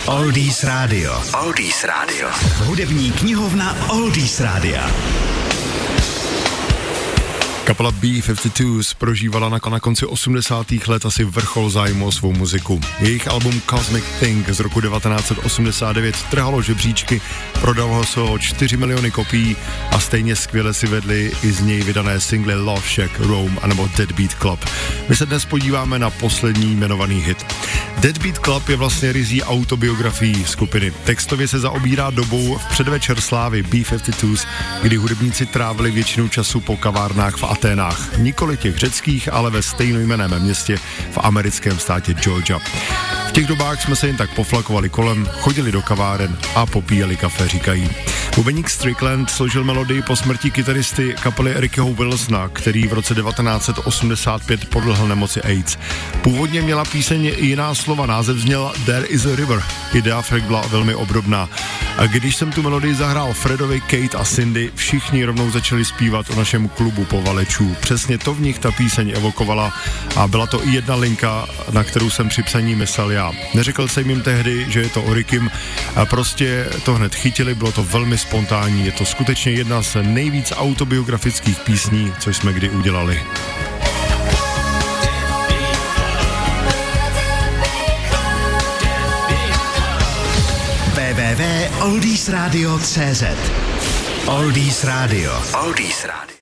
Oldies Radio. Oldies Radio. Hudební knihovna Oldies Rádia. Kapela B-52s prožívala na konci 80. let asi vrchol zájmu o svou muziku. Jejich album Cosmic Thing z roku 1989 trhalo žebříčky, prodalo se o 4 miliony kopií a stejně skvěle si vedli i z něj vydané singly Love Shack, Rome anebo Deadbeat Club. My se dnes podíváme na poslední jmenovaný hit. Deadbeat Club je vlastně ryzí autobiografií skupiny. Textově se zaobírá dobou v předvečer slávy B-52s, kdy hudebníci trávili většinu času po kavárnách v Aténách. Nikoli těch řeckých, ale ve stejnojmenném městě v americkém státě Georgia. V těch dobách jsme se jen tak poflakovali kolem, chodili do kaváren a popíjeli kafe, říkají. Bubeník Strickland složil melodii po smrti kytaristy kapely Rickyho Wilsona, který v roce 1985 podlehl nemoci AIDS. Původně měla píseň i jiná slova, název zněl There is a River. Idea však byla velmi obdobná. A když jsem tu melodii zahrál Fredovi, Kate a Cindy, všichni rovnou začali zpívat o našem klubu povalečů. Přesně to v nich ta píseň evokovala a byla to i jedna linka, na kterou jsem při psaní myslel já. Neřekl jsem jim tehdy, že je to o Rickym, a prostě to hned chytili, bylo to velmi spontánní. Je to skutečně jedna z nejvíc autobiografických písní, co jsme kdy udělali. www.oldiesradio.cz Oldies Radio. Oldies Radio.